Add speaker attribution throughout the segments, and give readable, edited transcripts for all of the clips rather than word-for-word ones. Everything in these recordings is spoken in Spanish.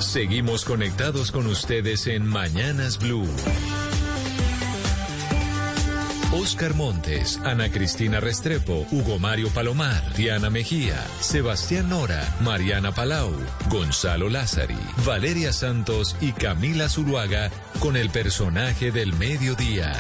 Speaker 1: Seguimos conectados con ustedes en Mañanas Blue. Oscar Montes, Ana Cristina Restrepo, Hugo Mario Palomar, Diana Mejía, Sebastián Nora, Mariana Palau, Gonzalo Lázari, Valeria Santos y Camila Zuluaga con el personaje del mediodía.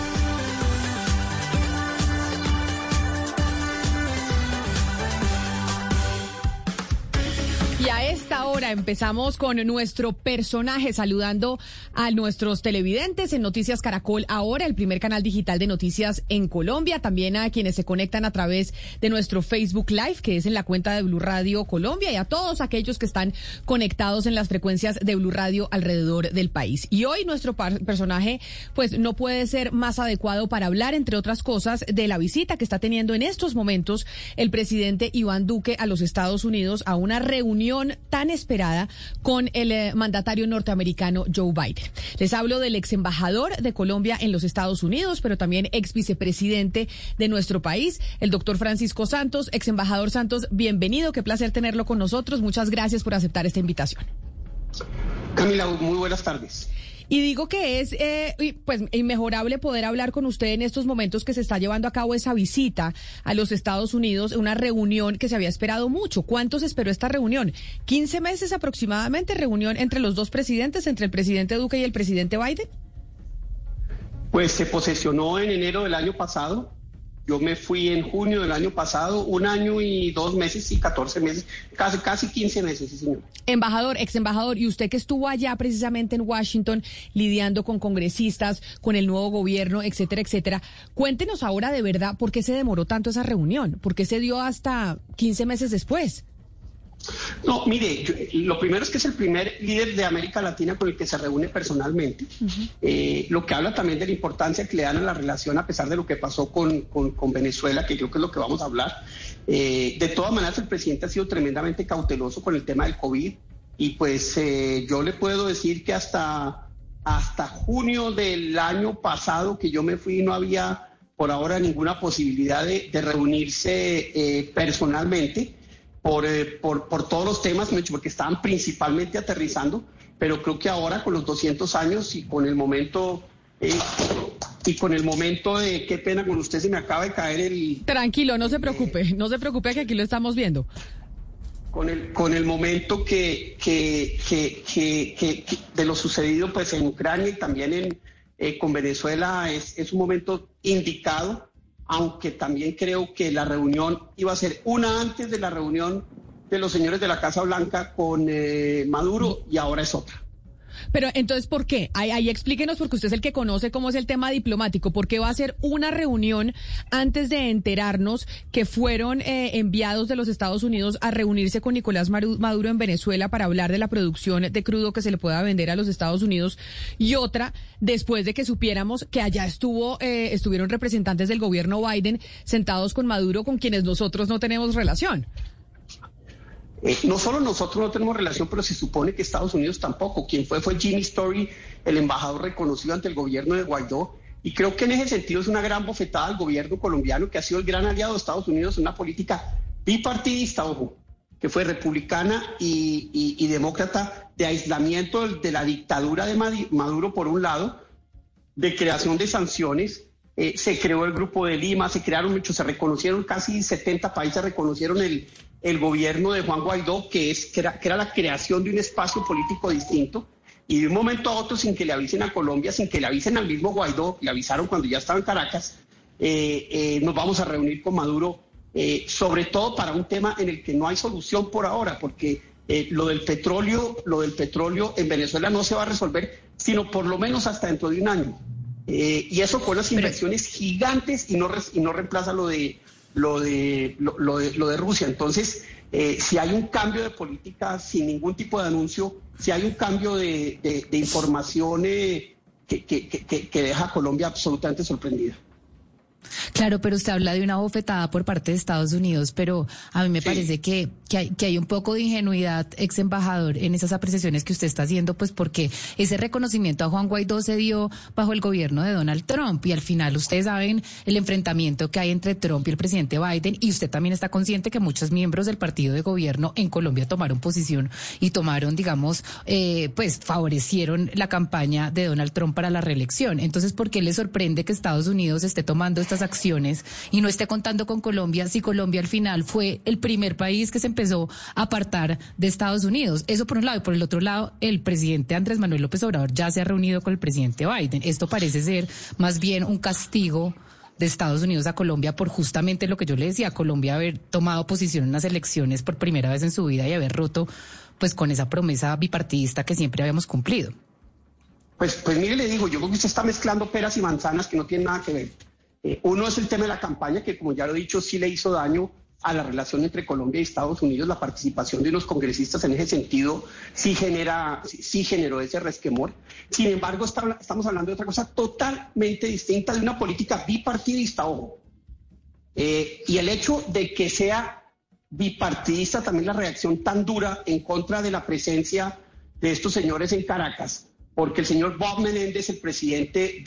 Speaker 2: Y a esta hora empezamos con nuestro personaje, saludando a nuestros televidentes en Noticias Caracol Ahora, el primer canal digital de noticias en Colombia, también a quienes se conectan a través de nuestro Facebook Live, que es en la cuenta de Blue Radio Colombia, y a todos aquellos que están conectados en las frecuencias de Blue Radio alrededor del país. Y hoy nuestro personaje pues no puede ser más adecuado para hablar, entre otras cosas, de la visita que está teniendo en estos momentos el presidente Iván Duque a los Estados Unidos, a una reunión tan esperada con el mandatario norteamericano Joe Biden. Les hablo del ex embajador de Colombia en los Estados Unidos, pero también ex vicepresidente de nuestro país, el doctor Francisco Santos. Ex embajador Santos, bienvenido, qué placer tenerlo con nosotros. Muchas gracias por aceptar esta invitación.
Speaker 3: Camila, muy buenas tardes.
Speaker 2: Y digo que es pues inmejorable poder hablar con usted en estos momentos que se está llevando a cabo esa visita a los Estados Unidos, una reunión que se había esperado mucho. ¿Cuánto se esperó esta reunión? 15 meses aproximadamente, reunión entre los dos presidentes, entre el presidente Duque y el presidente Biden.
Speaker 3: Pues se posesionó en enero del año pasado. Yo me fui en junio del año pasado, 1 año y 2 meses y 14 meses, casi 15 meses, sí, señor.
Speaker 2: Embajador, ex embajador, y usted que estuvo allá precisamente en Washington lidiando con congresistas, con el nuevo gobierno, etcétera, etcétera, cuéntenos ahora de verdad por qué se demoró tanto esa reunión, por qué se dio hasta 15 meses después.
Speaker 3: No, mire, lo primero es que es el primer líder de América Latina con el que se reúne personalmente, lo que habla también de la importancia que le dan a la relación a pesar de lo que pasó con Venezuela, que creo que es lo que vamos a hablar. De todas maneras, el presidente ha sido tremendamente cauteloso con el tema del COVID y pues yo le puedo decir que hasta junio del año pasado que yo me fui no había por ahora ninguna posibilidad de reunirse personalmente. Por todos los temas, porque estaban principalmente aterrizando, pero creo que ahora con los 200 años y con el momento de, qué pena con usted, se me acaba de caer el...
Speaker 2: Tranquilo, no se preocupe que aquí lo estamos viendo.
Speaker 3: Con el momento que de lo sucedido pues en Ucrania y también con Venezuela es un momento indicado, aunque también creo que la reunión iba a ser una antes de la reunión de los señores de la Casa Blanca con Maduro y ahora es otra.
Speaker 2: Pero entonces, ¿por qué? Ahí explíquenos, porque usted es el que conoce cómo es el tema diplomático. ¿Por qué va a ser una reunión antes de enterarnos que fueron enviados de los Estados Unidos a reunirse con Nicolás Maduro en Venezuela para hablar de la producción de crudo que se le pueda vender a los Estados Unidos? Y otra, después de que supiéramos que allá estuvieron representantes del gobierno Biden sentados con Maduro, con quienes nosotros no tenemos relación.
Speaker 3: No solo nosotros no tenemos relación, pero se supone que Estados Unidos tampoco. Quien fue Jimmy Story, el embajador reconocido ante el gobierno de Guaidó. Y creo que en ese sentido es una gran bofetada al gobierno colombiano, que ha sido el gran aliado de Estados Unidos en una política bipartidista, ojo, que fue republicana y demócrata, de aislamiento de la dictadura de Maduro por un lado, de creación de sanciones. Se creó el Grupo de Lima, se crearon muchos, se reconocieron, casi 70 países reconocieron el gobierno de Juan Guaidó, que era la creación de un espacio político distinto, y de un momento a otro, sin que le avisen a Colombia, sin que le avisen al mismo Guaidó, le avisaron cuando ya estaba en Caracas, nos vamos a reunir con Maduro, sobre todo para un tema en el que no hay solución por ahora, porque lo del petróleo en Venezuela no se va a resolver, sino por lo menos hasta dentro de un año. Y eso con las inversiones gigantes y no reemplaza lo de Rusia. Entonces, si hay un cambio de política sin ningún tipo de anuncio, si hay un cambio de información que deja a Colombia absolutamente sorprendida.
Speaker 4: Claro, pero usted habla de una bofetada por parte de Estados Unidos, pero a mí me parece que que hay un poco de ingenuidad, ex embajador, en esas apreciaciones que usted está haciendo, pues porque ese reconocimiento a Juan Guaidó se dio bajo el gobierno de Donald Trump y al final ustedes saben el enfrentamiento que hay entre Trump y el presidente Biden, y usted también está consciente que muchos miembros del partido de gobierno en Colombia tomaron posición y tomaron, digamos, pues favorecieron la campaña de Donald Trump para la reelección. Entonces, ¿por qué le sorprende que Estados Unidos esté tomando estas acciones y no esté contando con Colombia si Colombia al final fue el primer país que se empezó a apartar de Estados Unidos? Eso por un lado. Y por el otro lado, el presidente Andrés Manuel López Obrador ya se ha reunido con el presidente Biden. Esto parece ser más bien un castigo de Estados Unidos a Colombia por justamente lo que yo le decía, Colombia haber tomado posición en las elecciones por primera vez en su vida y haber roto pues con esa promesa bipartidista que siempre habíamos cumplido.
Speaker 3: Pues mire, le digo, yo creo que usted está mezclando peras y manzanas que no tienen nada que ver. Uno es el tema de la campaña, que como ya lo he dicho, sí le hizo daño a la relación entre Colombia y Estados Unidos. La participación de unos congresistas en ese sentido sí generó ese resquemor. Sin embargo, estamos hablando de otra cosa totalmente distinta, de una política bipartidista, ojo. Y el hecho de que sea bipartidista, también la reacción tan dura en contra de la presencia de estos señores en Caracas, porque el señor Bob Menéndez, el presidente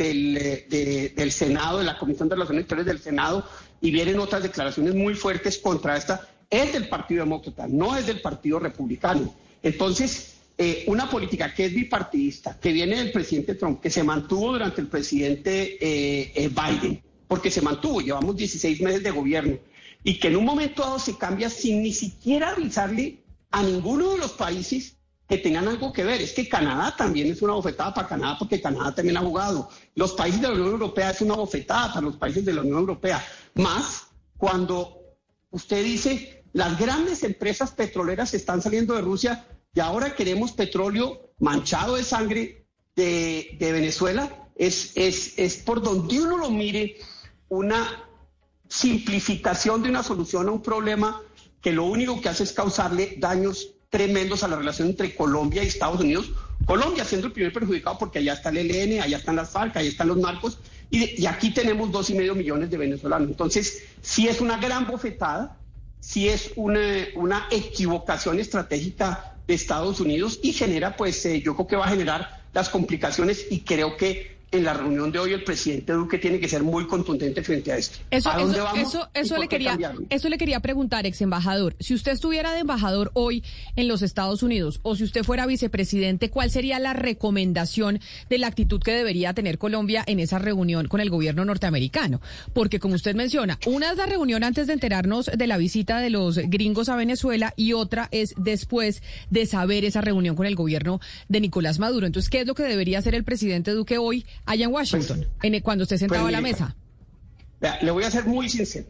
Speaker 3: del Senado, de la Comisión de Relaciones Exteriores del Senado, y vienen otras declaraciones muy fuertes contra esta, es del Partido Demócrata, no es del Partido Republicano. Entonces, una política que es bipartidista, que viene del presidente Trump, que se mantuvo durante el presidente Biden, porque se mantuvo, llevamos 16 meses de gobierno, y que en un momento dado se cambia sin ni siquiera avisarle a ninguno de los países que tengan algo que ver. Es que Canadá también es una bofetada para Canadá, porque Canadá también ha jugado. Los países de la Unión Europea es una bofetada para los países de la Unión Europea. Más cuando usted dice, las grandes empresas petroleras están saliendo de Rusia y ahora queremos petróleo manchado de sangre de Venezuela. Es por donde uno lo mire una simplificación de una solución a un problema que lo único que hace es causarle daños tremendos a la relación entre Colombia y Estados Unidos. Colombia siendo el primer perjudicado porque allá está el ELN, allá están las FARC, allá están los narcos, y aquí tenemos 2,5 millones de venezolanos. Entonces, sí es una gran bofetada, sí es una equivocación estratégica de Estados Unidos y genera, pues, yo creo que va a generar las complicaciones, y creo que en la reunión de hoy el presidente Duque tiene que ser muy contundente frente a esto.
Speaker 2: ¿A dónde vamos? Eso le quería preguntar, ex embajador. Si usted estuviera de embajador hoy en los Estados Unidos, o si usted fuera vicepresidente, ¿cuál sería la recomendación de la actitud que debería tener Colombia en esa reunión con el gobierno norteamericano? Porque, como usted menciona, una es la reunión antes de enterarnos de la visita de los gringos a Venezuela, y otra es después de saber esa reunión con el gobierno de Nicolás Maduro. Entonces, ¿qué es lo que debería hacer el presidente Duque hoy allá en Washington, cuando esté sentado a la mesa?
Speaker 3: Vea, le voy a ser muy sincero.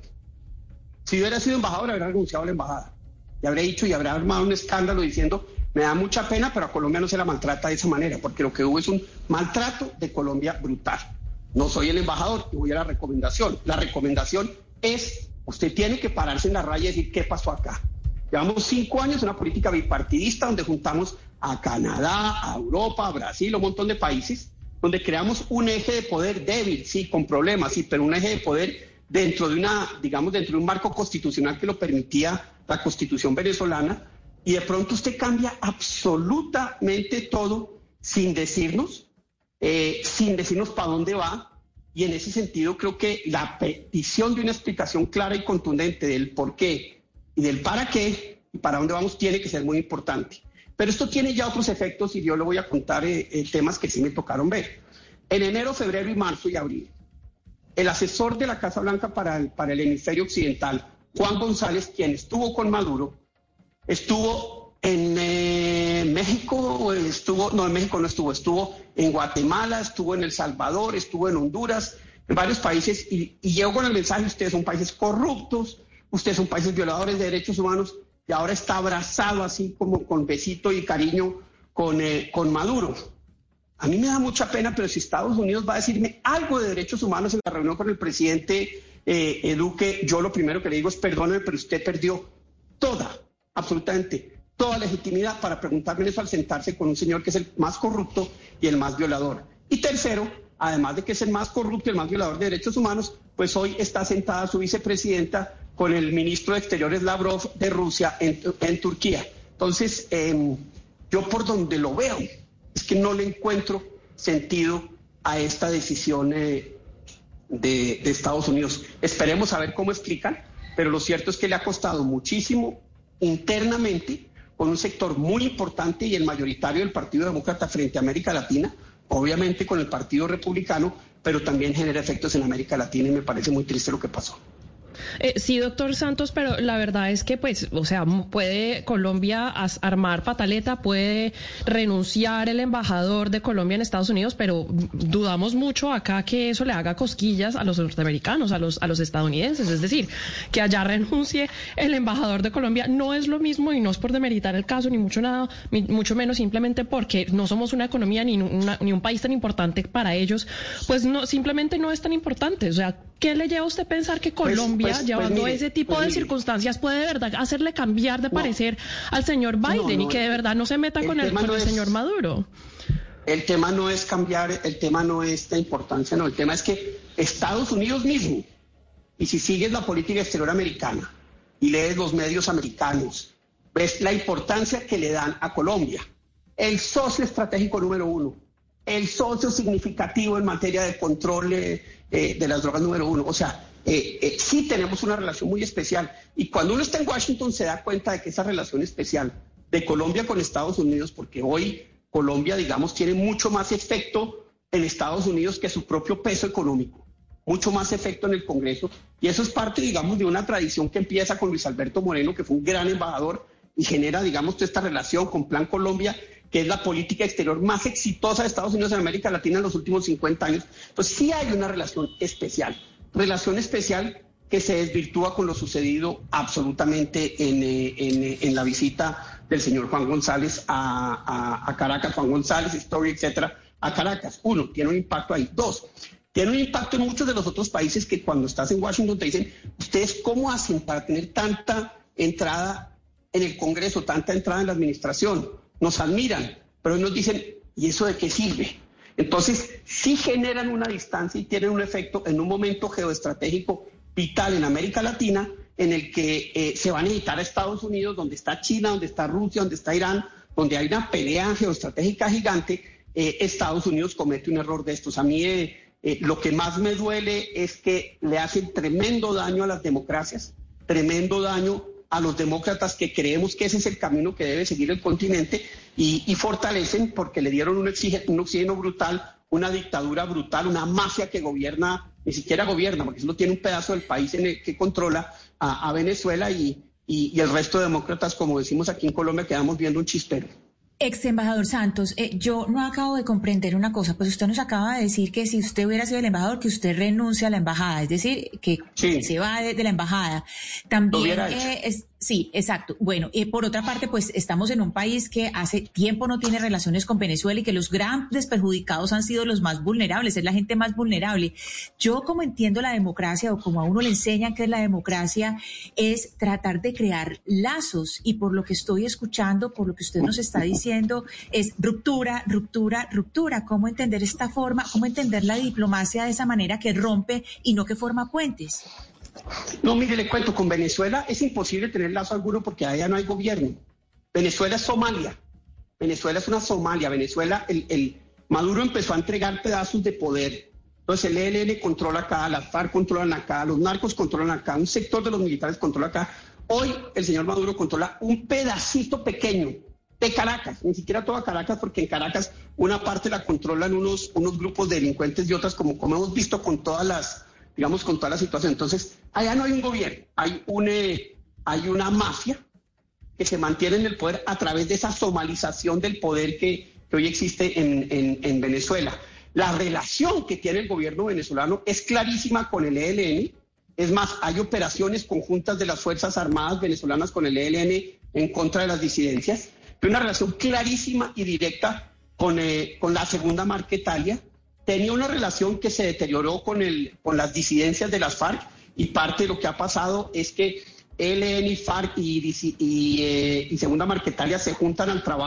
Speaker 3: Si hubiera sido embajador, habría renunciado a la embajada. Y habría dicho y habría armado un escándalo diciendo, me da mucha pena, pero a Colombia no se la maltrata de esa manera, porque lo que hubo es un maltrato de Colombia brutal. No soy el embajador y voy a la recomendación. La recomendación es, usted tiene que pararse en la raya y decir, ¿qué pasó acá? Llevamos 5 años de una política bipartidista donde juntamos a Canadá, a Europa, a Brasil, un montón de países, donde creamos un eje de poder débil, sí, con problemas, sí, pero un eje de poder dentro de dentro de un marco constitucional que lo permitía la Constitución venezolana, y de pronto usted cambia absolutamente todo sin decirnos para dónde va, y en ese sentido creo que la petición de una explicación clara y contundente del por qué y del para qué y para dónde vamos tiene que ser muy importante. Pero esto tiene ya otros efectos, y yo le voy a contar temas que sí me tocaron ver. En enero, febrero y marzo y abril, el asesor de la Casa Blanca para el hemisferio occidental, Juan González, quien estuvo con Maduro, estuvo en México, estuvo en Guatemala, estuvo en El Salvador, estuvo en Honduras, en varios países, y llegó con el mensaje: ustedes son países corruptos, ustedes son países violadores de derechos humanos, y ahora está abrazado así como con besito y cariño con Maduro. A mí me da mucha pena, pero si Estados Unidos va a decirme algo de derechos humanos en la reunión con el presidente Duque, yo lo primero que le digo es: perdóneme, pero usted perdió absolutamente toda legitimidad para preguntarme eso al sentarse con un señor que es el más corrupto y el más violador. Y tercero, además de que es el más corrupto y el más violador de derechos humanos, pues hoy está sentada su vicepresidenta con el ministro de Exteriores Lavrov de Rusia en Turquía. Entonces, yo por donde lo veo es que no le encuentro sentido a esta decisión de Estados Unidos. Esperemos a ver cómo explican, pero lo cierto es que le ha costado muchísimo internamente con un sector muy importante y el mayoritario del Partido Demócrata frente a América Latina, obviamente con el Partido Republicano, pero también genera efectos en América Latina y me parece muy triste lo que pasó.
Speaker 5: Sí, doctor Santos, pero la verdad es que, pues, o sea, puede Colombia armar pataleta, puede renunciar el embajador de Colombia en Estados Unidos, pero dudamos mucho acá que eso le haga cosquillas a los norteamericanos, a los estadounidenses. Es decir, que allá renuncie el embajador de Colombia no es lo mismo, y no es por demeritar el caso, ni mucho menos, simplemente porque no somos una economía ni un país tan importante para ellos, pues no, simplemente no es tan importante. O sea, ¿qué le lleva a usted pensar que Colombia, llevando ese tipo de circunstancias, puede de verdad hacerle cambiar de parecer al señor Biden y que de verdad no se meta con el señor Maduro?
Speaker 3: El tema no es cambiar, el tema no es la importancia, no, el tema es que Estados Unidos mismo, y si sigues la política exterior americana y lees los medios americanos, ves la importancia que le dan a Colombia, el socio estratégico número 1, el socio significativo en materia de control de las drogas número 1, o sea, sí tenemos una relación muy especial, y cuando uno está en Washington se da cuenta de que esa relación especial de Colombia con Estados Unidos, porque hoy Colombia, digamos, tiene mucho más efecto en Estados Unidos que su propio peso económico, mucho más efecto en el Congreso, y eso es parte, digamos, de una tradición que empieza con Luis Alberto Moreno, que fue un gran embajador, y genera, digamos, toda esta relación con Plan Colombia, que es la política exterior más exitosa de Estados Unidos en América Latina en los últimos 50 años. Pues sí hay una relación especial que se desvirtúa con lo sucedido absolutamente en la visita del señor Juan González a Caracas, Juan González, Story, etcétera, a Caracas. 1, tiene un impacto ahí. 2, tiene un impacto en muchos de los otros países que cuando estás en Washington te dicen, ¿ustedes cómo hacen para tener tanta entrada en el Congreso, tanta entrada en la administración? Nos admiran, pero nos dicen, ¿y eso de qué sirve? Entonces, sí generan una distancia y tienen un efecto en un momento geoestratégico vital en América Latina, en el que se va a necesitar a Estados Unidos, donde está China, donde está Rusia, donde está Irán, donde hay una pelea geoestratégica gigante. Estados Unidos comete un error de estos. A mí lo que más me duele es que le hacen tremendo daño a las democracias, tremendo daño a los demócratas que creemos que ese es el camino que debe seguir el continente, y fortalecen porque le dieron un oxígeno brutal, una dictadura brutal, una mafia que gobierna, ni siquiera gobierna, porque solo tiene un pedazo del país en el que controla a Venezuela, y el resto de demócratas, como decimos aquí en Colombia, quedamos viendo un chispero.
Speaker 6: Ex embajador Santos, yo no acabo de comprender una cosa, pues usted nos acaba de decir que si usted hubiera sido el embajador, que usted renuncia a la embajada, es decir, que
Speaker 3: sí,
Speaker 6: se va de la embajada. También sí, exacto. Bueno, por otra parte, pues estamos en un país que hace tiempo no tiene relaciones con Venezuela y que los grandes perjudicados han sido los más vulnerables, es la gente más vulnerable. Yo, como entiendo la democracia, o como a uno le enseñan que es la democracia, es tratar de crear lazos, y por lo que estoy escuchando, por lo que usted nos está diciendo, es ruptura, ruptura, ruptura. ¿Cómo entender esta forma? ¿Cómo entender la diplomacia de esa manera que rompe y no que forma puentes?
Speaker 3: No, mire, le cuento, con Venezuela es imposible tener lazo alguno porque allá no hay gobierno. Venezuela es Somalia, Venezuela es una Somalia. Venezuela, el Maduro empezó a entregar pedazos de poder. Entonces el ELN controla acá, las FARC controlan acá, los narcos controlan acá, un sector de los militares controla acá. Hoy el señor Maduro controla un pedacito pequeño de Caracas, ni siquiera toda Caracas, porque en Caracas una parte la controlan unos grupos de delincuentes y otras, como hemos visto con todas las, digamos, con toda la situación. Entonces, allá no hay un gobierno, hay una mafia que se mantiene en el poder a través de esa somalización del poder que hoy existe en Venezuela. La relación que tiene el gobierno venezolano es clarísima con el ELN. Es más, hay operaciones conjuntas de las Fuerzas Armadas venezolanas con el ELN en contra de las disidencias. Hay una relación clarísima y directa con la Segunda Marquetalia. Tenía una relación que se deterioró con las disidencias de las FARC, y parte de lo que ha pasado es que ELN y FARC y Segunda Marquetalia se juntan al trabajo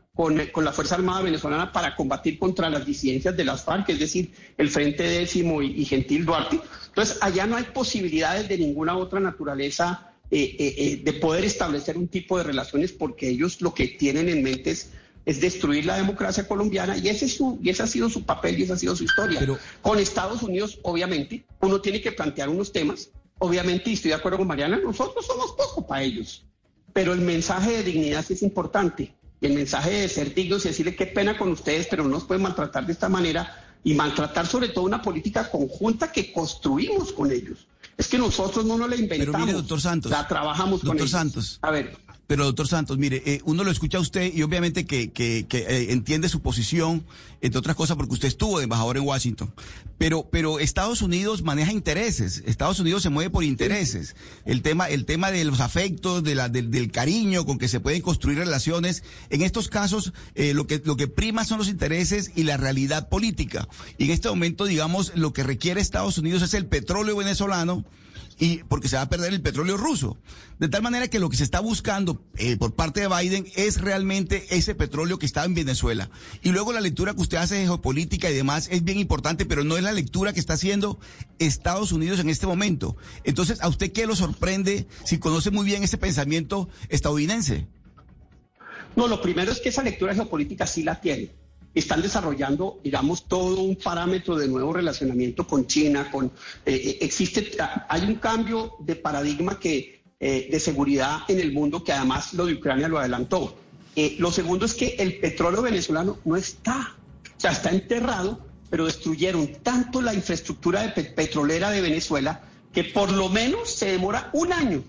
Speaker 3: con la Fuerza Armada Venezolana para combatir contra las disidencias de las FARC, es decir, el Frente Décimo y Gentil Duarte. Entonces, allá no hay posibilidades de ninguna otra naturaleza de poder establecer un tipo de relaciones, porque ellos lo que tienen en mente es destruir la democracia colombiana, y ese ha sido su papel y esa ha sido su historia. Pero con Estados Unidos, obviamente, uno tiene que plantear unos temas, obviamente, y estoy de acuerdo con Mariana, nosotros somos poco para ellos, pero el mensaje de dignidad sí es importante. Y el mensaje de ser dignos y decirle qué pena con ustedes, pero no nos pueden maltratar de esta manera, y maltratar sobre todo una política conjunta que construimos con ellos. Es que nosotros no nos la inventamos.
Speaker 7: Pero mire, doctor Santos,
Speaker 3: la trabajamos con ellos.
Speaker 7: Doctor Santos.
Speaker 3: A ver.
Speaker 7: Pero, doctor Santos, mire, uno lo escucha a usted y obviamente que entiende su posición, entre otras cosas porque usted estuvo de embajador en Washington. Pero Estados Unidos maneja intereses. Estados Unidos se mueve por intereses. El tema de los afectos, del cariño con que se pueden construir relaciones. En estos casos, lo que prima son los intereses y la realidad política. Y en este momento, digamos, lo que requiere Estados Unidos es el petróleo venezolano, y porque se va a perder el petróleo ruso. De tal manera que lo que se está buscando por parte de Biden es realmente ese petróleo que está en Venezuela. Y luego la lectura que usted hace de geopolítica y demás es bien importante, pero no es la lectura que está haciendo Estados Unidos en este momento. Entonces, ¿a usted qué lo sorprende si conoce muy bien ese pensamiento estadounidense?
Speaker 3: No, lo primero es que esa lectura geopolítica sí la tiene. Están desarrollando, digamos, todo un parámetro de nuevo relacionamiento con China, hay un cambio de paradigma de seguridad en el mundo, que además lo de Ucrania lo adelantó. Lo segundo es que el petróleo venezolano no está, o sea, está enterrado, pero destruyeron tanto la infraestructura petrolera de Venezuela que por lo menos se demora un año,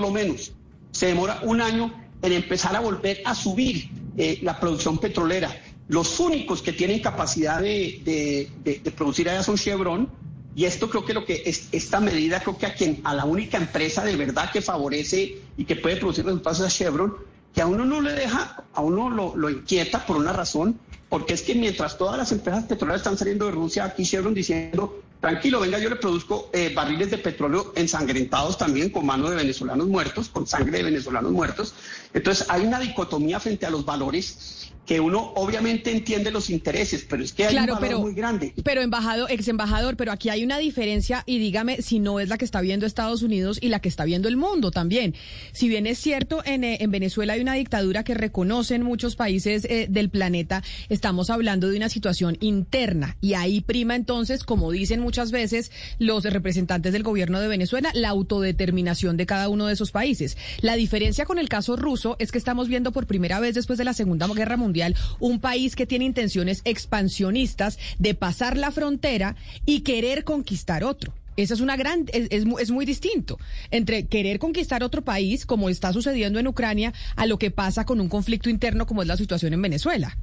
Speaker 3: en empezar a volver a subir la producción petrolera. Los únicos que tienen capacidad de producir allá son Chevron, y esto creo que esta medida creo que a la única empresa de verdad que favorece y que puede producir resultados es a Chevron, que a uno no le deja, a uno lo inquieta por una razón, porque es que mientras todas las empresas petroleras están saliendo de Rusia, aquí Chevron diciendo, tranquilo, venga, yo le produzco barriles de petróleo ensangrentados también con manos de venezolanos muertos, con sangre de venezolanos muertos. Entonces hay una dicotomía frente a los valores, que uno obviamente entiende los intereses, pero es que hay un valor muy grande.
Speaker 2: Pero ex embajador, pero aquí hay una diferencia, y dígame si no es la que está viendo Estados Unidos y la que está viendo el mundo también. Si bien es cierto, en Venezuela hay una dictadura que reconocen muchos países del planeta, estamos hablando de una situación interna, y ahí prima entonces, como dicen muchas veces los representantes del gobierno de Venezuela, la autodeterminación de cada uno de esos países. La diferencia con el caso ruso es que estamos viendo por primera vez después de la Segunda Guerra Mundial un país que tiene intenciones expansionistas de pasar la frontera y querer conquistar otro. Esa es muy distinto entre querer conquistar otro país, como está sucediendo en Ucrania, a lo que pasa con un conflicto interno como es la situación en Venezuela.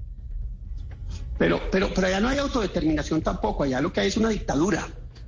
Speaker 3: Pero allá no hay autodeterminación tampoco, allá lo que hay es una dictadura.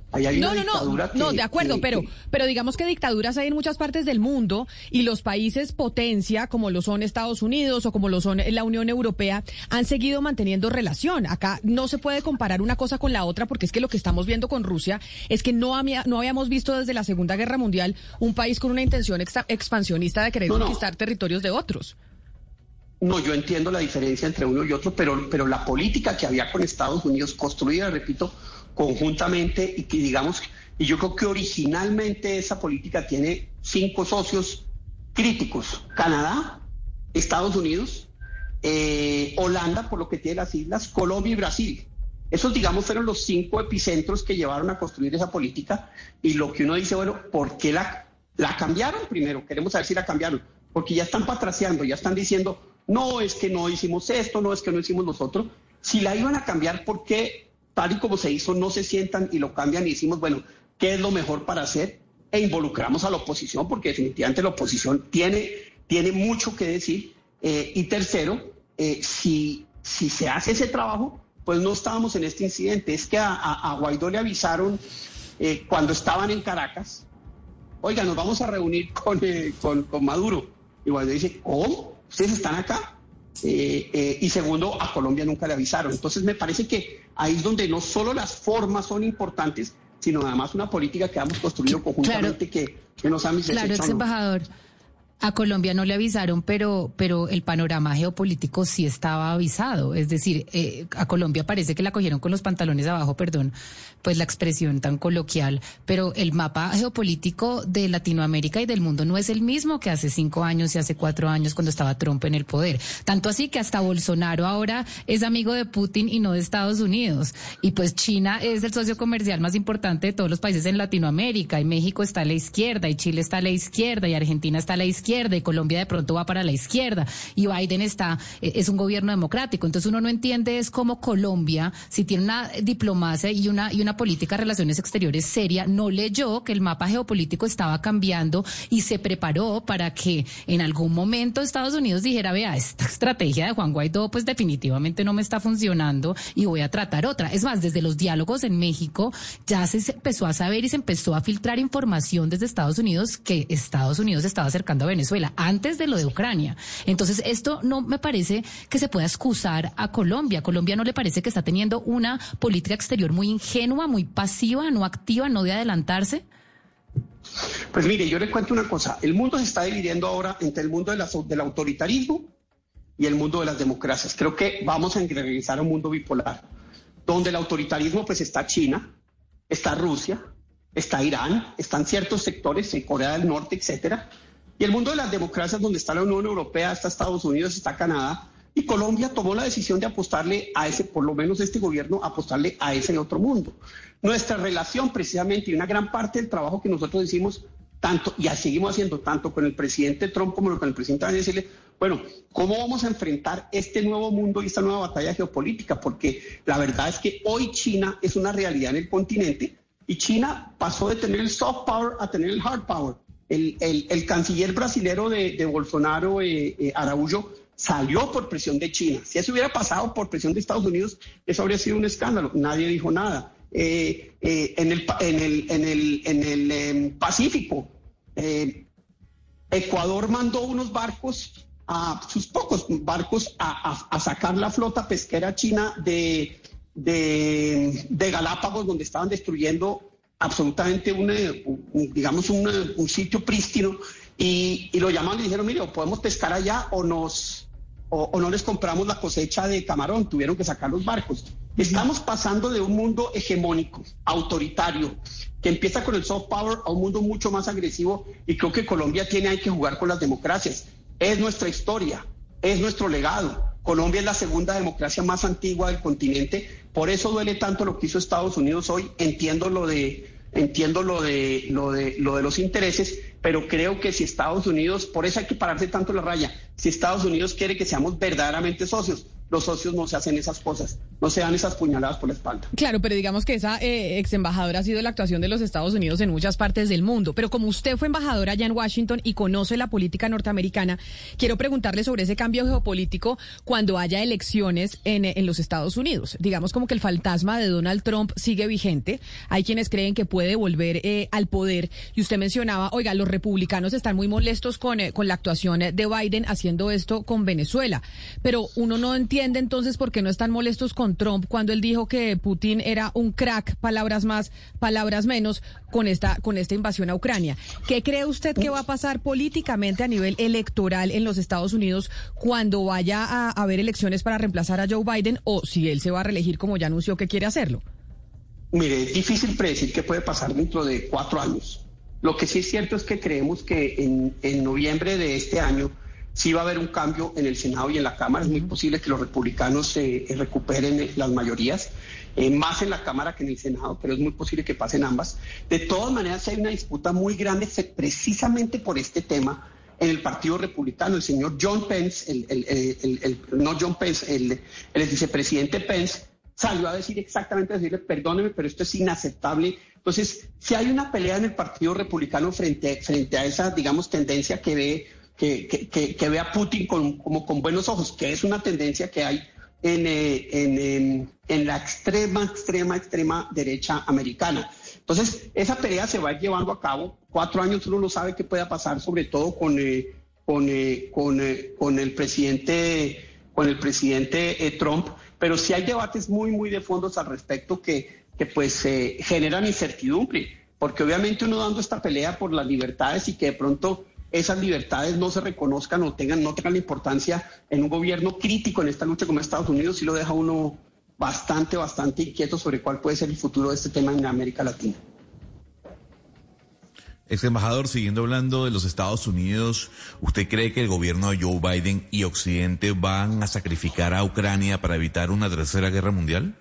Speaker 2: No, de acuerdo, pero digamos que dictaduras hay en muchas partes del mundo, y los países potencia, como lo son Estados Unidos o como lo son la Unión Europea, han seguido manteniendo relación. Acá no se puede comparar una cosa con la otra, porque es que lo que estamos viendo con Rusia es que no habíamos visto desde la Segunda Guerra Mundial un país con una intención expansionista de querer conquistar territorios de otros.
Speaker 3: No, yo entiendo la diferencia entre uno y otro, pero la política que había con Estados Unidos, construida, repito, conjuntamente, y que digamos, y yo creo que originalmente esa política tiene 5 socios críticos: Canadá, Estados Unidos, Holanda, por lo que tiene las islas, Colombia y Brasil. Esos, digamos, fueron los 5 epicentros que llevaron a construir esa política. Y lo que uno dice, bueno, ¿por qué la cambiaron? Primero, queremos saber si la cambiaron, porque ya están patraciando, ya están diciendo, no, es que no hicimos esto, no, es que no hicimos nosotros. Si la iban a cambiar, ¿por qué, tal y como se hizo, no se sientan y lo cambian y decimos, bueno, ¿qué es lo mejor para hacer? E involucramos a la oposición, porque definitivamente la oposición tiene mucho que decir. Y tercero, si se hace ese trabajo, pues no estábamos en este incidente. Es que a Guaidó le avisaron cuando estaban en Caracas, oiga, nos vamos a reunir con Maduro. Y Guaidó dice, ¿cómo? ¿Ustedes están acá? Y segundo, a Colombia nunca le avisaron. Entonces me parece que ahí es donde no solo las formas son importantes, sino además una política que hemos construido conjuntamente, que nos han
Speaker 4: Claro, ex embajador. A Colombia no le avisaron, pero el panorama geopolítico sí estaba avisado. Es decir, a Colombia parece que la cogieron con los pantalones abajo, perdón, pues la expresión tan coloquial, pero el mapa geopolítico de Latinoamérica y del mundo no es el mismo que hace 5 años y hace 4 años cuando estaba Trump en el poder. Tanto así que hasta Bolsonaro ahora es amigo de Putin y no de Estados Unidos. Y pues China es el socio comercial más importante de todos los países en Latinoamérica, y México está a la izquierda, y Chile está a la izquierda, y Argentina está a la izquierda, y Colombia de pronto va para la izquierda, y Biden es un gobierno democrático. Entonces uno no entiende es cómo Colombia, si tiene una diplomacia y una política de relaciones exteriores seria, no leyó que el mapa geopolítico estaba cambiando y se preparó para que en algún momento Estados Unidos dijera, vea, esta estrategia de Juan Guaidó pues definitivamente no me está funcionando y voy a tratar otra. Es más, desde los diálogos en México ya se empezó a saber y se empezó a filtrar información desde Estados Unidos que Estados Unidos estaba acercando a Venezuela antes de lo de Ucrania. Entonces esto no me parece que se pueda excusar a Colombia. Colombia no le parece que está teniendo una política exterior muy ingenua, muy pasiva, no activa, no de adelantarse.
Speaker 3: Pues mire, yo le cuento una cosa. El mundo se está dividiendo ahora entre el mundo del autoritarismo y el mundo de las democracias. Creo que vamos a regresar a un mundo bipolar, donde el autoritarismo pues está China, está Rusia, está Irán, están ciertos sectores, Corea del Norte, etcétera. Y el mundo de las democracias, donde está la Unión Europea, está Estados Unidos, está Canadá. Y Colombia tomó la decisión de apostarle a ese, por lo menos este gobierno, apostarle a ese otro mundo. Nuestra relación precisamente, y una gran parte del trabajo que nosotros hicimos, tanto, y seguimos haciendo tanto con el presidente Trump como con el presidente Biden, decirle, bueno, ¿cómo vamos a enfrentar este nuevo mundo y esta nueva batalla geopolítica? Porque la verdad es que hoy China es una realidad en el continente, y China pasó de tener el soft power a tener el hard power. El canciller brasilero de Bolsonaro, Araújo, salió por presión de China. Si eso hubiera pasado por presión de Estados Unidos, eso habría sido un escándalo. Nadie dijo nada. En el Pacífico, Ecuador mandó unos barcos, sus pocos barcos, a sacar la flota pesquera china de Galápagos, donde estaban destruyendo absolutamente un sitio prístino, y lo llamaron y dijeron, mire, o podemos pescar allá o no les compramos la cosecha de camarón. Tuvieron que sacar los barcos. Estamos pasando de un mundo hegemónico, autoritario, que empieza con el soft power, a un mundo mucho más agresivo, y creo que Colombia hay que jugar con las democracias. Es nuestra historia, es nuestro legado. Colombia es la segunda democracia más antigua del continente, por eso duele tanto lo que hizo Estados Unidos hoy. Entiendo lo de los intereses, pero creo que si Estados Unidos, por eso hay que pararse tanto la raya, si Estados Unidos quiere que seamos verdaderamente socios, los socios no se hacen esas cosas, no se dan esas puñaladas por la espalda.
Speaker 2: Claro, pero digamos que esa ex embajadora ha sido la actuación de los Estados Unidos en muchas partes del mundo. Pero como usted fue embajadora allá en Washington y conoce la política norteamericana, quiero preguntarle sobre ese cambio geopolítico cuando haya elecciones en los Estados Unidos. Digamos como que el fantasma de Donald Trump sigue vigente. Hay quienes creen que puede volver al poder. Y usted mencionaba, oiga, los republicanos están muy molestos con la actuación de Biden haciendo esto con Venezuela. Pero uno no entiende entonces por qué no están molestos con Trump cuando él dijo que Putin era un crack, palabras más, palabras menos, con esta invasión a Ucrania. ¿Qué cree usted que va a pasar políticamente a nivel electoral en los Estados Unidos cuando vaya a haber elecciones para reemplazar a Joe Biden, o si él se va a reelegir como ya anunció que quiere hacerlo?
Speaker 3: Mire, es difícil predecir qué puede pasar dentro de 4 años. Lo que sí es cierto es que creemos que en noviembre de este año sí va a haber un cambio en el Senado y en la Cámara. Es muy posible que los republicanos recuperen las mayorías, más en la Cámara que en el Senado, pero es muy posible que pasen ambas. De todas maneras, hay una disputa muy grande precisamente por este tema en el Partido Republicano. El señor John Pence, el vicepresidente Pence, salió a decir decirle, perdóneme, pero esto es inaceptable. Entonces, si hay una pelea en el Partido Republicano frente a esa, digamos, tendencia que ve a Putin como con buenos ojos, que es una tendencia que hay en la extrema derecha americana. Entonces, esa pelea se va a ir llevando a cabo. 4 años uno no sabe qué pueda pasar, sobre todo con el presidente Trump, pero sí hay debates muy de fondos al respecto que generan incertidumbre, porque obviamente uno dando esta pelea por las libertades y que de pronto esas libertades no se reconozcan o no tengan la importancia en un gobierno crítico en esta lucha como Estados Unidos, sí lo deja uno bastante inquieto sobre cuál puede ser el futuro de este tema en América Latina.
Speaker 8: Ex embajador, siguiendo hablando de los Estados Unidos, ¿usted cree que el gobierno de Joe Biden y Occidente van a sacrificar a Ucrania para evitar una tercera guerra mundial?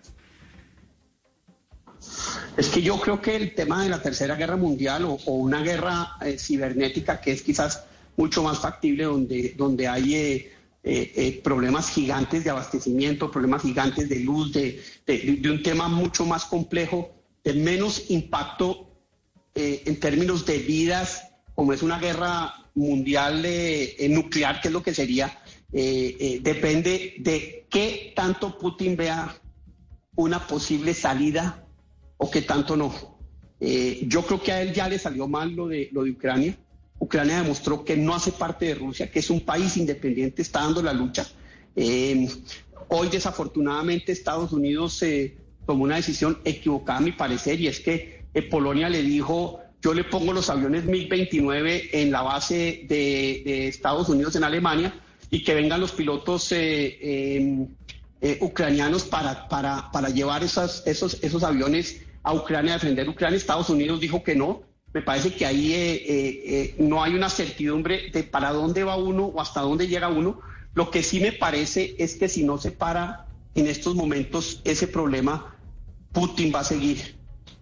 Speaker 3: Es que yo creo que el tema de la tercera guerra mundial o una guerra cibernética, que es quizás mucho más factible, donde hay problemas gigantes de abastecimiento, problemas gigantes de luz, de un tema mucho más complejo, de menos impacto en términos de vidas, como es una guerra mundial nuclear, que es lo que sería, depende de qué tanto Putin vea una posible salida o qué tanto no. Yo creo que a él ya le salió mal lo de Ucrania. Ucrania demostró que no hace parte de Rusia, que es un país independiente, está dando la lucha. Hoy, desafortunadamente, Estados Unidos tomó una decisión equivocada, a mi parecer, y es que Polonia le dijo: yo le pongo los aviones MiG-29 en la base de Estados Unidos en Alemania y que vengan los pilotos ucranianos para llevar esos aviones a Ucrania, a defender Ucrania. Estados Unidos dijo que no. Me parece que ahí no hay una certidumbre de para dónde va uno o hasta dónde llega uno. Lo que sí me parece es que si no se para en estos momentos ese problema, Putin va a seguir.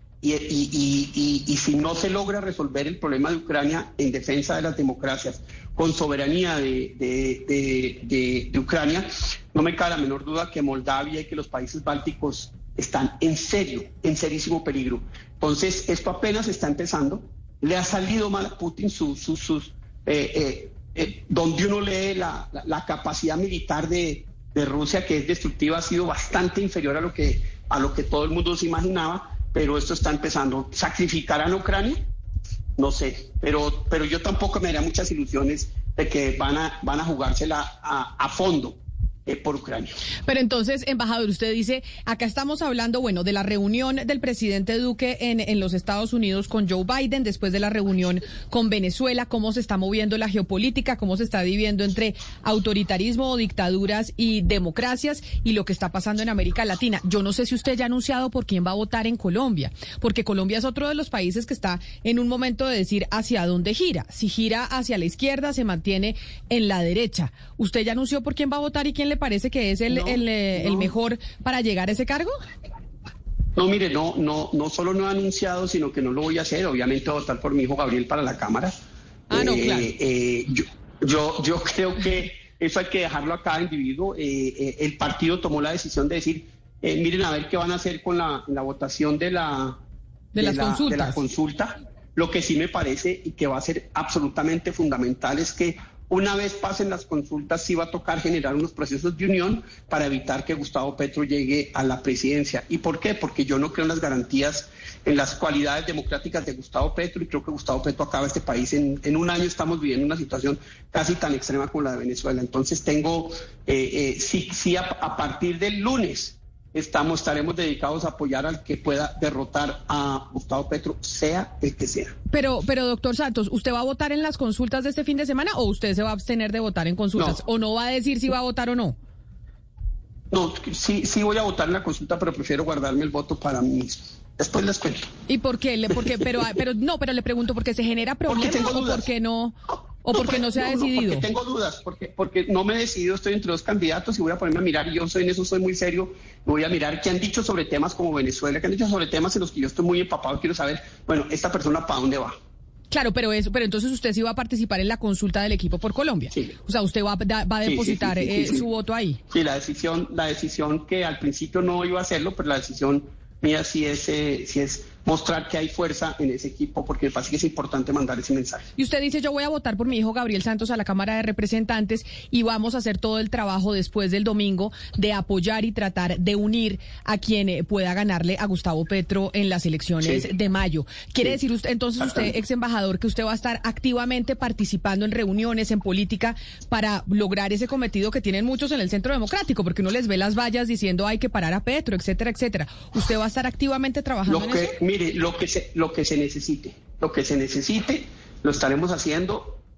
Speaker 3: Y si no se logra resolver el problema de Ucrania en defensa de las democracias, con soberanía de Ucrania, no me cabe la menor duda que Moldavia y que los países bálticos están en serísimo peligro. Entonces, esto apenas está empezando. Le ha salido mal a Putin donde uno lee la capacidad militar de Rusia, que es destructiva, ha sido bastante inferior a lo que todo el mundo se imaginaba. Pero esto está empezando. ¿Sacrificarán a Ucrania? No sé, pero yo tampoco me daría muchas ilusiones de que van a jugársela a fondo por Ucrania.
Speaker 2: Pero entonces, embajador, usted dice, acá estamos hablando, bueno, de la reunión del presidente Duque en los Estados Unidos con Joe Biden, después de la reunión con Venezuela, cómo se está moviendo la geopolítica, cómo se está dividiendo entre autoritarismo, dictaduras y democracias, y lo que está pasando en América Latina. Yo no sé si usted ya ha anunciado por quién va a votar en Colombia, porque Colombia es otro de los países que está en un momento de decir hacia dónde gira. Si gira hacia la izquierda, se mantiene en la derecha. ¿Usted ya anunció por quién va a votar y quién le parece que es el mejor para llegar a ese cargo?
Speaker 3: No, mire, no solo no he anunciado, sino que no lo voy a hacer. Obviamente voy a votar por mi hijo Gabriel para la Cámara.
Speaker 2: No, claro.
Speaker 3: Yo creo que eso hay que dejarlo a cada individuo. El partido tomó la decisión de decir, miren a ver qué van a hacer con la votación de la consulta. Lo que sí me parece y que va a ser absolutamente fundamental es que una vez pasen las consultas, sí va a tocar generar unos procesos de unión para evitar que Gustavo Petro llegue a la presidencia. ¿Y por qué? Porque yo no creo en las garantías, en las cualidades democráticas de Gustavo Petro, y creo que Gustavo Petro acaba este país. En un año estamos viviendo una situación casi tan extrema como la de Venezuela. Entonces a partir del lunes estaremos dedicados a apoyar al que pueda derrotar a Gustavo Petro, sea el que sea.
Speaker 2: Pero doctor Santos, ¿usted va a votar en las consultas de este fin de semana o usted se va a abstener de votar en consultas?
Speaker 3: No.
Speaker 2: ¿O no va a decir si va a votar o no?
Speaker 3: No, sí voy a votar en la consulta, pero prefiero guardarme el voto para mí mismo. Después les cuento.
Speaker 2: ¿Y por qué? Pero le pregunto, ¿porque se genera problema o porque no? ¿O porque no se ha decidido?
Speaker 3: Porque tengo dudas, porque no me he decidido, estoy entre dos candidatos y voy a ponerme a mirar, y yo en eso soy muy serio, voy a mirar qué han dicho sobre temas como Venezuela, qué han dicho sobre temas en los que yo estoy muy empapado, quiero saber, bueno, esta persona ¿para dónde va?
Speaker 2: Claro, pero entonces usted sí va a participar en la consulta del equipo por Colombia.
Speaker 3: Sí.
Speaker 2: O sea, usted va a depositar su voto ahí.
Speaker 3: Sí, la decisión que al principio no iba a hacerlo, pero la decisión mía sí es mostrar que hay fuerza en ese equipo, porque me parece que es importante mandar ese mensaje.
Speaker 2: Y usted dice, yo voy a votar por mi hijo Gabriel Santos a la Cámara de Representantes y vamos a hacer todo el trabajo después del domingo de apoyar y tratar de unir a quien pueda ganarle a Gustavo Petro en las elecciones de mayo. ¿Quiere decir usted, entonces usted, ex embajador, que usted va a estar activamente participando en reuniones, en política, para lograr ese cometido que tienen muchos en el Centro Democrático? Porque uno les ve las vallas diciendo hay que parar a Petro, etcétera, etcétera. ¿Usted va a estar activamente trabajando en eso?
Speaker 3: Mire, lo que se necesite, lo estaremos haciendo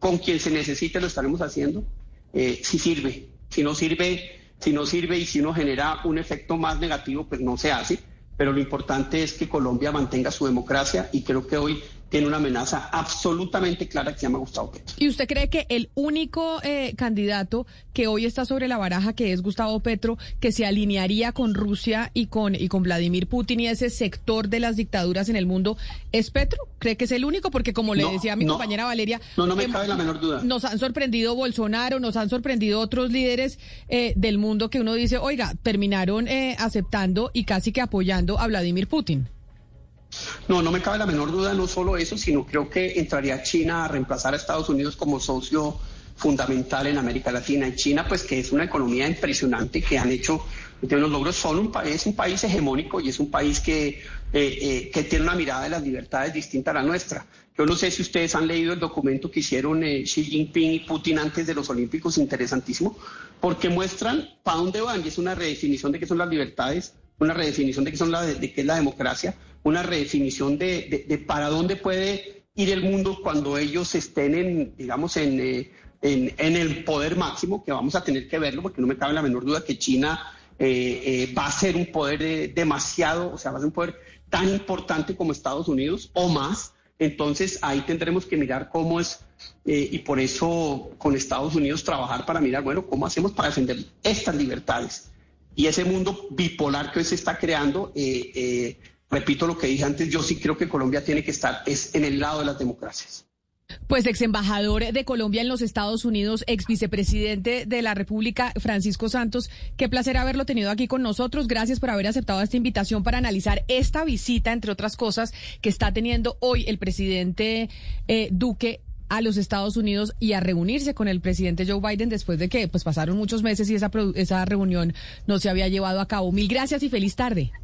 Speaker 3: con quien se necesite lo estaremos haciendo, si sirve. Si no sirve y si no genera un efecto más negativo, pues no se hace. Pero lo importante es que Colombia mantenga su democracia y creo que hoy tiene una amenaza absolutamente clara que se llama Gustavo Petro.
Speaker 2: ¿Y usted cree que el único candidato que hoy está sobre la baraja, que es Gustavo Petro, que se alinearía con Rusia y con Vladimir Putin y ese sector de las dictaduras en el mundo, es Petro? ¿Cree que es el único? Porque como le decía mi compañera Valeria...
Speaker 3: No me cabe la menor duda.
Speaker 2: Nos han sorprendido Bolsonaro, nos han sorprendido otros líderes del mundo que uno dice, oiga, terminaron aceptando y casi que apoyando a Vladimir Putin.
Speaker 3: No me cabe la menor duda, no solo eso, sino creo que entraría China a reemplazar a Estados Unidos como socio fundamental en América Latina. Y China, pues que es una economía impresionante, que han hecho unos logros, es un país hegemónico y es un país que tiene una mirada de las libertades distinta a la nuestra. Yo no sé si ustedes han leído el documento que hicieron Xi Jinping y Putin antes de los Olímpicos, interesantísimo, porque muestran para dónde van y es una redefinición de qué son las libertades, una redefinición de qué es la democracia, una redefinición de para dónde puede ir el mundo cuando ellos estén en el poder máximo, que vamos a tener que verlo, porque no me cabe la menor duda que China va a ser un poder va a ser un poder tan importante como Estados Unidos o más. Entonces ahí tendremos que mirar cómo es, y por eso con Estados Unidos trabajar para mirar, bueno, cómo hacemos para defender estas libertades. Y ese mundo bipolar que hoy se está creando, repito lo que dije antes, yo sí creo que Colombia tiene que estar en el lado de las democracias.
Speaker 2: Pues ex embajador de Colombia en los Estados Unidos, ex vicepresidente de la República, Francisco Santos, qué placer haberlo tenido aquí con nosotros. Gracias por haber aceptado esta invitación para analizar esta visita, entre otras cosas, que está teniendo hoy el presidente Duque a los Estados Unidos y a reunirse con el presidente Joe Biden después de que pues pasaron muchos meses y esa reunión no se había llevado a cabo. Mil gracias y feliz tarde.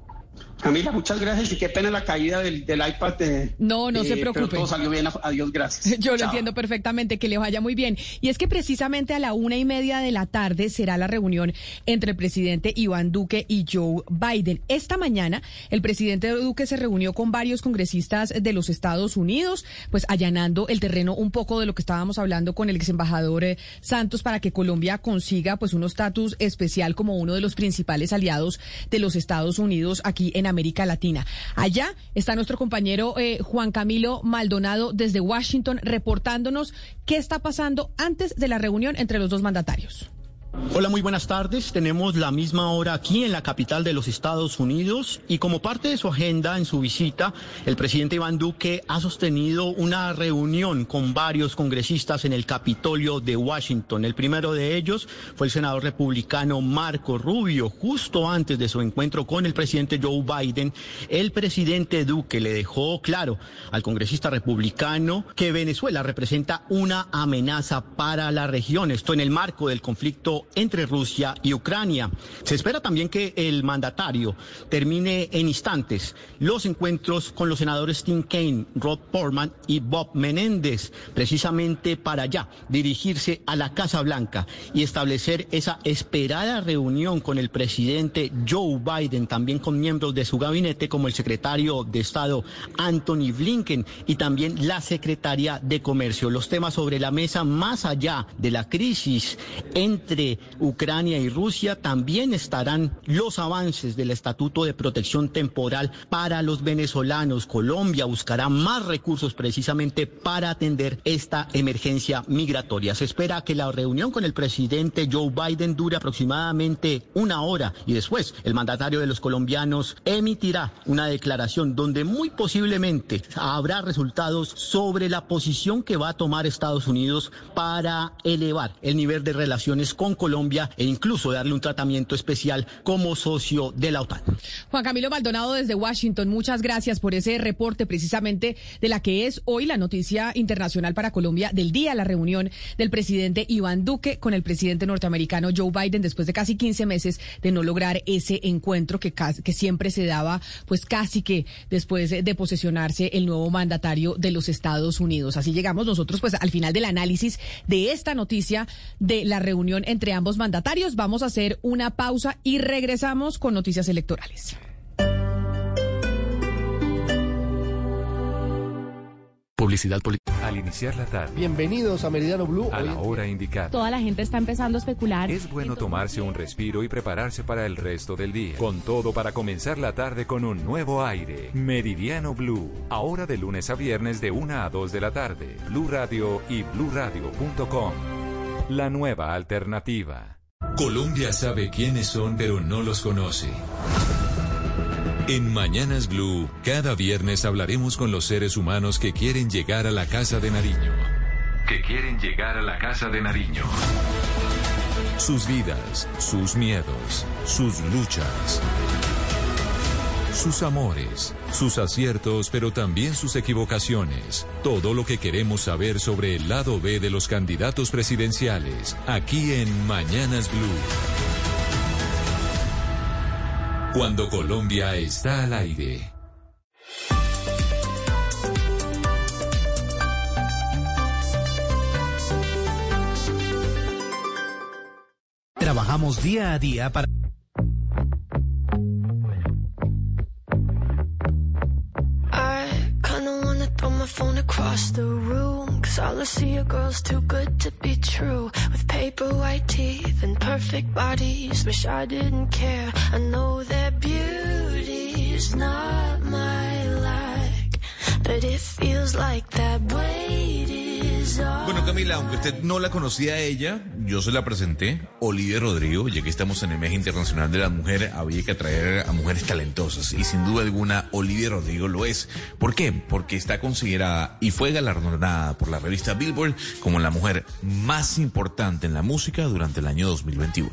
Speaker 3: Camila, muchas gracias y qué pena la caída del iPad.
Speaker 2: No se preocupe.
Speaker 3: Pero todo salió bien, adiós, gracias.
Speaker 2: Yo lo entiendo perfectamente, que le vaya muy bien. Y es que precisamente a la 1:30 de la tarde será la reunión entre el presidente Iván Duque y Joe Biden. Esta mañana el presidente Duque se reunió con varios congresistas de los Estados Unidos, pues allanando el terreno un poco de lo que estábamos hablando con el ex embajador Santos para que Colombia consiga pues un estatus especial como uno de los principales aliados de los Estados Unidos aquí en América Latina. Allá está nuestro compañero Juan Camilo Maldonado desde Washington reportándonos qué está pasando antes de la reunión entre los dos mandatarios.
Speaker 9: Hola, muy buenas tardes. Tenemos la misma hora aquí en la capital de los Estados Unidos y como parte de su agenda en su visita, el presidente Iván Duque ha sostenido una reunión con varios congresistas en el Capitolio de Washington. El primero de ellos fue el senador republicano Marco Rubio. Justo antes de su encuentro con el presidente Joe Biden, el presidente Duque le dejó claro al congresista republicano que Venezuela representa una amenaza para la región. Esto en el marco del conflicto entre Rusia y Ucrania. Se espera también que el mandatario termine en instantes los encuentros con los senadores Tim Kaine, Rob Portman y Bob Menéndez, precisamente para ya dirigirse a la Casa Blanca y establecer esa esperada reunión con el presidente Joe Biden, también con miembros de su gabinete como el secretario de Estado Anthony Blinken y también la secretaria de Comercio. Los temas sobre la mesa, más allá de la crisis entre Ucrania y Rusia, también estarán los avances del Estatuto de Protección Temporal para los venezolanos. Colombia buscará más recursos precisamente para atender esta emergencia migratoria. Se espera que la reunión con el presidente Joe Biden dure aproximadamente una hora y después el mandatario de los colombianos emitirá una declaración donde muy posiblemente habrá resultados sobre la posición que va a tomar Estados Unidos para elevar el nivel de relaciones con Colombia e incluso darle un tratamiento especial como socio de la OTAN.
Speaker 2: Juan Camilo Maldonado desde Washington, muchas gracias por ese reporte precisamente de la que es hoy la noticia internacional para Colombia del día, la reunión del presidente Iván Duque con el presidente norteamericano Joe Biden después de casi 15 meses de no lograr ese encuentro que siempre se daba pues casi que después de posesionarse el nuevo mandatario de los Estados Unidos. Así llegamos nosotros pues al final del análisis de esta noticia de la reunión entre ambos mandatarios. Vamos a hacer una pausa y regresamos con noticias electorales.
Speaker 10: Publicidad política. al iniciar la tarde.
Speaker 11: Bienvenidos a Meridiano Blue.
Speaker 10: A la hora indicada.
Speaker 12: Toda la gente está empezando a especular.
Speaker 10: Es bueno tomarse un respiro y prepararse para el resto del día. Con todo para comenzar la tarde con un nuevo aire. Meridiano Blue. Ahora de lunes a viernes de 1 a 2 de la tarde. Blue Radio y bluradio.com. La nueva alternativa.
Speaker 1: Colombia sabe quiénes son, pero no los conoce. En Mañanas Blue, cada viernes hablaremos con los seres humanos que quieren llegar a la Casa de Nariño. Sus vidas, sus miedos, sus luchas, sus amores, sus aciertos, pero también sus equivocaciones. Todo lo que queremos saber sobre el lado B de los candidatos presidenciales, aquí en Mañanas Blue. Cuando Colombia está al aire.
Speaker 13: Trabajamos día a día para...
Speaker 14: Phone across the room, 'cause all I see are girls too good to be true, with paper white teeth and perfect bodies. Wish I didn't care. I know that beauty is not my like, but it feels like that weight is all.
Speaker 8: Bueno, Camila, aunque usted no la conocía a ella, yo se la presenté, Olivia Rodrigo. Ya que estamos en el Mes Internacional de la Mujer, había que atraer a mujeres talentosas, y sin duda alguna Olivia Rodrigo lo es. ¿Por qué? Porque está considerada y fue galardonada por la revista Billboard como la mujer más importante en la música durante el año 2021.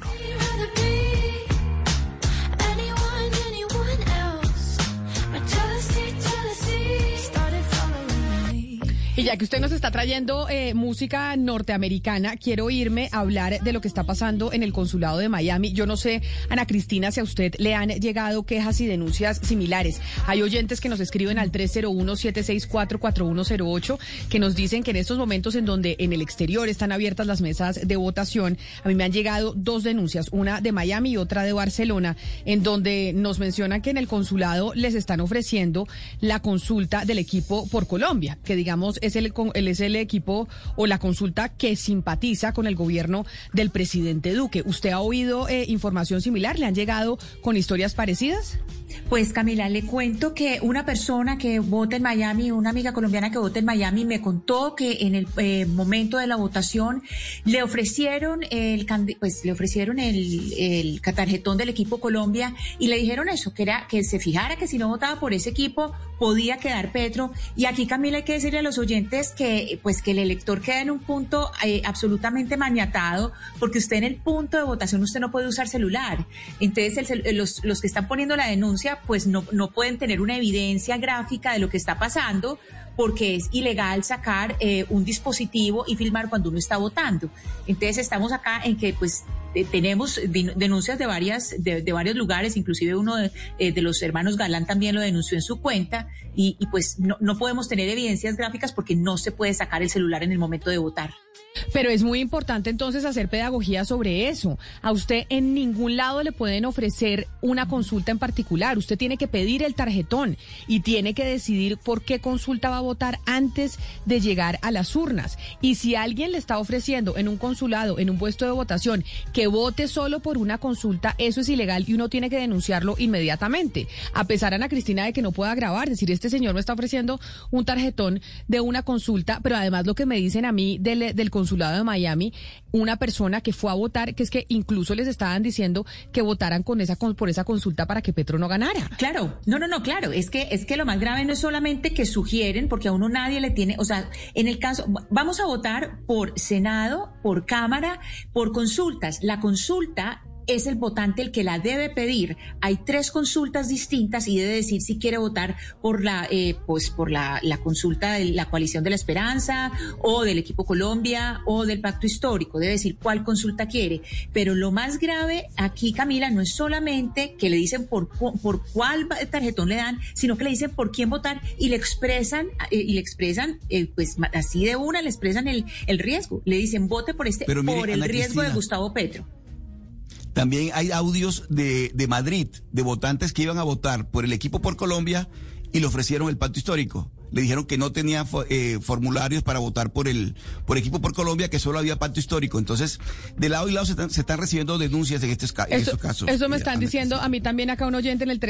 Speaker 2: Y ya que usted nos está trayendo música norteamericana, quiero irme a hablar de lo que está pasando en el consulado de Miami. Yo no sé, Ana Cristina, si a usted le han llegado quejas y denuncias similares. Hay oyentes que nos escriben al 301-764-4108 que nos dicen que en estos momentos en donde en el exterior están abiertas las mesas de votación, a mí me han llegado 2 denuncias, una de Miami y otra de Barcelona, en donde nos mencionan que en el consulado les están ofreciendo la consulta del equipo por Colombia, que digamos es el equipo o la consulta que simpatiza con el gobierno del presidente Duque. ¿Usted ha oído información similar? ¿Le han llegado con historias parecidas?
Speaker 6: Pues Camila, le cuento que una persona que vota en Miami, una amiga colombiana que vota en Miami, me contó que en el momento de la votación le ofrecieron el tarjetón del equipo Colombia y le dijeron eso, que era que se fijara que si no votaba por ese equipo podía quedar Petro. Y aquí, Camila, hay que decirle a los oyentes que el elector queda en un punto absolutamente maniatado, porque usted en el punto de votación usted no puede usar celular. Entonces los que están poniendo la denuncia pues no pueden tener una evidencia gráfica de lo que está pasando, porque es ilegal sacar un dispositivo y filmar cuando uno está votando. Entonces estamos acá en que pues tenemos denuncias de varios lugares, inclusive uno de los hermanos Galán también lo denunció en su cuenta, y pues no podemos tener evidencias gráficas porque no se puede sacar el celular en el momento de votar.
Speaker 2: Pero es muy importante entonces hacer pedagogía sobre eso. A usted en ningún lado le pueden ofrecer una consulta en particular. Usted tiene que pedir el tarjetón y tiene que decidir por qué consulta va a votar antes de llegar a las urnas. Y si alguien le está ofreciendo en un consulado, en un puesto de votación, que vote solo por una consulta, eso es ilegal y uno tiene que denunciarlo inmediatamente. A pesar, Ana Cristina, de que no pueda grabar, decir, este señor me está ofreciendo un tarjetón de una consulta, pero además lo que me dicen a mí del consulado de Miami, una persona que fue a votar, que es que incluso les estaban diciendo que votaran por esa consulta para que Petro no ganara.
Speaker 6: Claro, claro, es que lo más grave no es solamente que sugieren, porque a uno nadie le tiene, o sea, en el caso, vamos a votar por Senado, por Cámara, por consultas. La consulta es el votante el que la debe pedir. Hay 3 consultas distintas y debe decir si quiere votar por la consulta de la Coalición de la Esperanza o del Equipo Colombia o del Pacto Histórico. Debe decir cuál consulta quiere. Pero lo más grave aquí, Camila, no es solamente que le dicen por cuál tarjetón le dan, sino que le dicen por quién votar y le expresan pues así de una, le expresan el riesgo. Le dicen vote por este, por el riesgo de Gustavo Petro.
Speaker 7: También hay audios de Madrid, de votantes que iban a votar por el equipo por Colombia y le ofrecieron el Pacto Histórico. le dijeron que no tenía formularios para votar por Equipo por Colombia, que solo había pacto histórico. Entonces, de lado y lado se están recibiendo denuncias en estos casos.
Speaker 2: Eso me están diciendo a mí también acá un oyente en el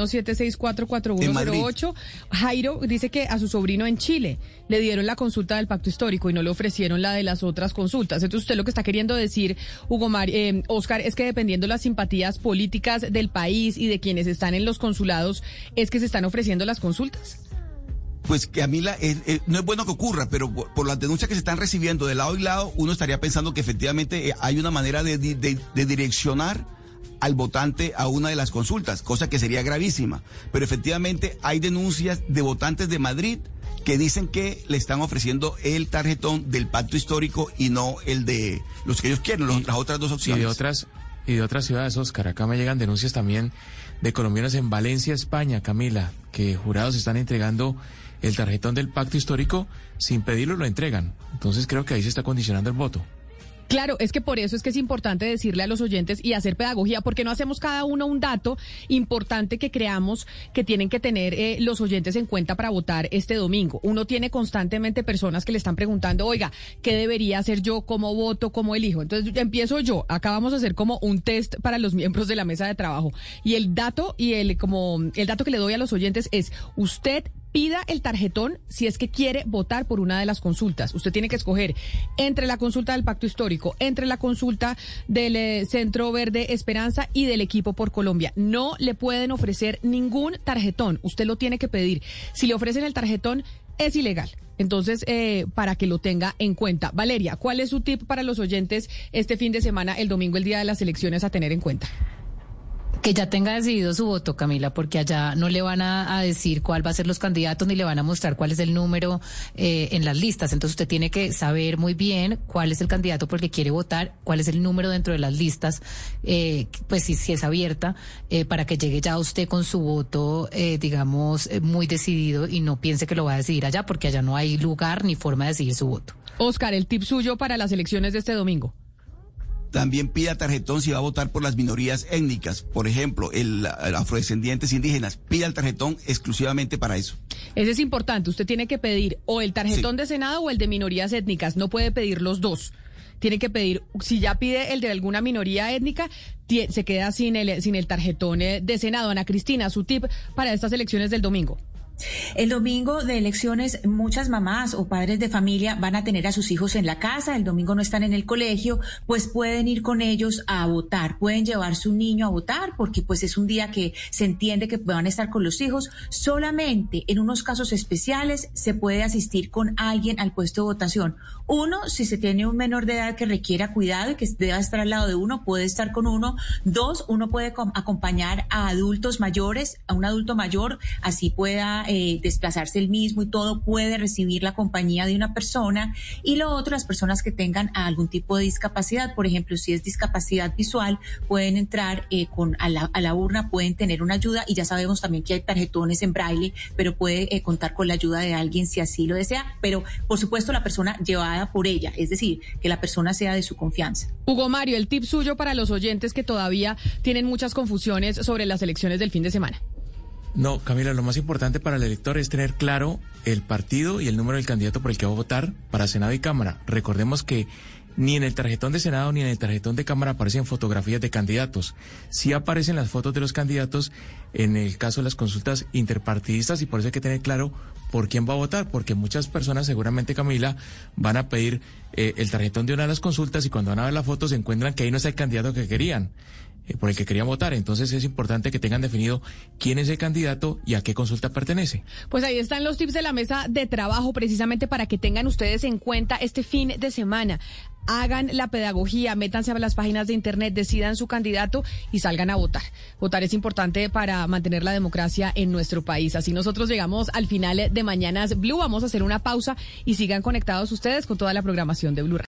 Speaker 2: 301-764-4108. Jairo dice que a su sobrino en Chile le dieron la consulta del pacto histórico y no le ofrecieron la de las otras consultas. Entonces, usted lo que está queriendo decir, Oscar, es que dependiendo las simpatías políticas del país y de quienes están en los consulados, es que se están ofreciendo las consultas.
Speaker 7: Pues que a mí no es bueno que ocurra, pero por las denuncias que se están recibiendo de lado y lado, uno estaría pensando que efectivamente hay una manera de direccionar al votante a una de las consultas, cosa que sería gravísima. Pero efectivamente hay denuncias de votantes de Madrid que dicen que le están ofreciendo el tarjetón del pacto histórico y no el de los que ellos quieren, las otras dos opciones.
Speaker 11: Y de otras ciudades, Oscar, acá me llegan denuncias también de colombianos en Valencia, España, Camila, que jurados están entregando el tarjetón del pacto histórico, sin pedirlo lo entregan. Entonces creo que ahí se está condicionando el voto.
Speaker 2: Claro, es que por eso es que es importante decirle a los oyentes y hacer pedagogía, porque no hacemos cada uno un dato importante que creamos que tienen que tener los oyentes en cuenta para votar este domingo. Uno tiene constantemente personas que le están preguntando, oiga, ¿qué debería hacer yo? ¿Cómo voto? ¿Cómo elijo? Entonces empiezo yo. Acá vamos a hacer como un test para los miembros de la mesa de trabajo. Y el dato el dato que le doy a los oyentes es, usted pida el tarjetón si es que quiere votar por una de las consultas. Usted tiene que escoger entre la consulta del Pacto Histórico, entre la consulta del Centro Verde Esperanza y del Equipo por Colombia. No le pueden ofrecer ningún tarjetón. Usted lo tiene que pedir. Si le ofrecen el tarjetón, es ilegal. Entonces, para que lo tenga en cuenta. Valeria, ¿cuál es su tip para los oyentes este fin de semana, el domingo, el día de las elecciones, a tener en cuenta?
Speaker 4: Que ya tenga decidido su voto, Camila, porque allá no le van a decir cuál va a ser los candidatos ni le van a mostrar cuál es el número en las listas. Entonces usted tiene que saber muy bien cuál es el candidato por el que quiere votar, cuál es el número dentro de las listas, pues si es abierta, para que llegue ya usted con su voto, digamos, muy decidido y no piense que lo va a decidir allá, porque allá no hay lugar ni forma de decidir su voto.
Speaker 2: Oscar, el tip suyo para las elecciones de este domingo.
Speaker 7: También pida tarjetón si va a votar por las minorías étnicas, por ejemplo, el afrodescendientes indígenas. Pida el tarjetón exclusivamente para eso.
Speaker 2: Eso es importante. Usted tiene que pedir o el tarjetón de Senado o el de minorías étnicas. No puede pedir los dos. Tiene que pedir, si ya pide el de alguna minoría étnica, se queda sin el tarjetón de Senado. Ana Cristina, su tip para estas elecciones del domingo.
Speaker 6: El domingo de elecciones, muchas mamás o padres de familia van a tener a sus hijos en la casa, el domingo no están en el colegio, pues pueden ir con ellos a votar, pueden llevar su niño a votar, porque pues es un día que se entiende que van a estar con los hijos. Solamente en unos casos especiales se puede asistir con alguien al puesto de votación. Uno, si se tiene un menor de edad que requiera cuidado y que deba estar al lado de uno, puede estar con uno. Dos, uno puede acompañar a adultos mayores, a un adulto mayor, así pueda desplazarse él mismo y todo, puede recibir la compañía de una persona. Y lo otro, las personas que tengan algún tipo de discapacidad, por ejemplo, si es discapacidad visual, pueden entrar a la urna, pueden tener una ayuda, y ya sabemos también que hay tarjetones en braille, pero puede contar con la ayuda de alguien si así lo desea, pero por supuesto la persona llevada por ella, es decir, que la persona sea de su confianza.
Speaker 2: Hugo Mario, el tip suyo para los oyentes que todavía tienen muchas confusiones sobre las elecciones del fin de semana.
Speaker 11: No, Camila, lo más importante para el elector es tener claro el partido y el número del candidato por el que va a votar para Senado y Cámara. Recordemos que ni en el tarjetón de Senado ni en el tarjetón de Cámara aparecen fotografías de candidatos. Sí aparecen las fotos de los candidatos en el caso de las consultas interpartidistas, y por eso hay que tener claro por quién va a votar, porque muchas personas, seguramente, Camila, van a pedir el tarjetón de una de las consultas y cuando van a ver la foto se encuentran que ahí no está el candidato que querían, por el que querían votar. Entonces es importante que tengan definido quién es el candidato y a qué consulta pertenece.
Speaker 2: Pues ahí están los tips de la mesa de trabajo, precisamente para que tengan ustedes en cuenta este fin de semana. Hagan la pedagogía, métanse a las páginas de internet, decidan su candidato y salgan a votar. Votar es importante para mantener la democracia en nuestro país. Así nosotros llegamos al final de Mañanas Blue. Vamos a hacer una pausa y sigan conectados ustedes con toda la programación de Blue Radio.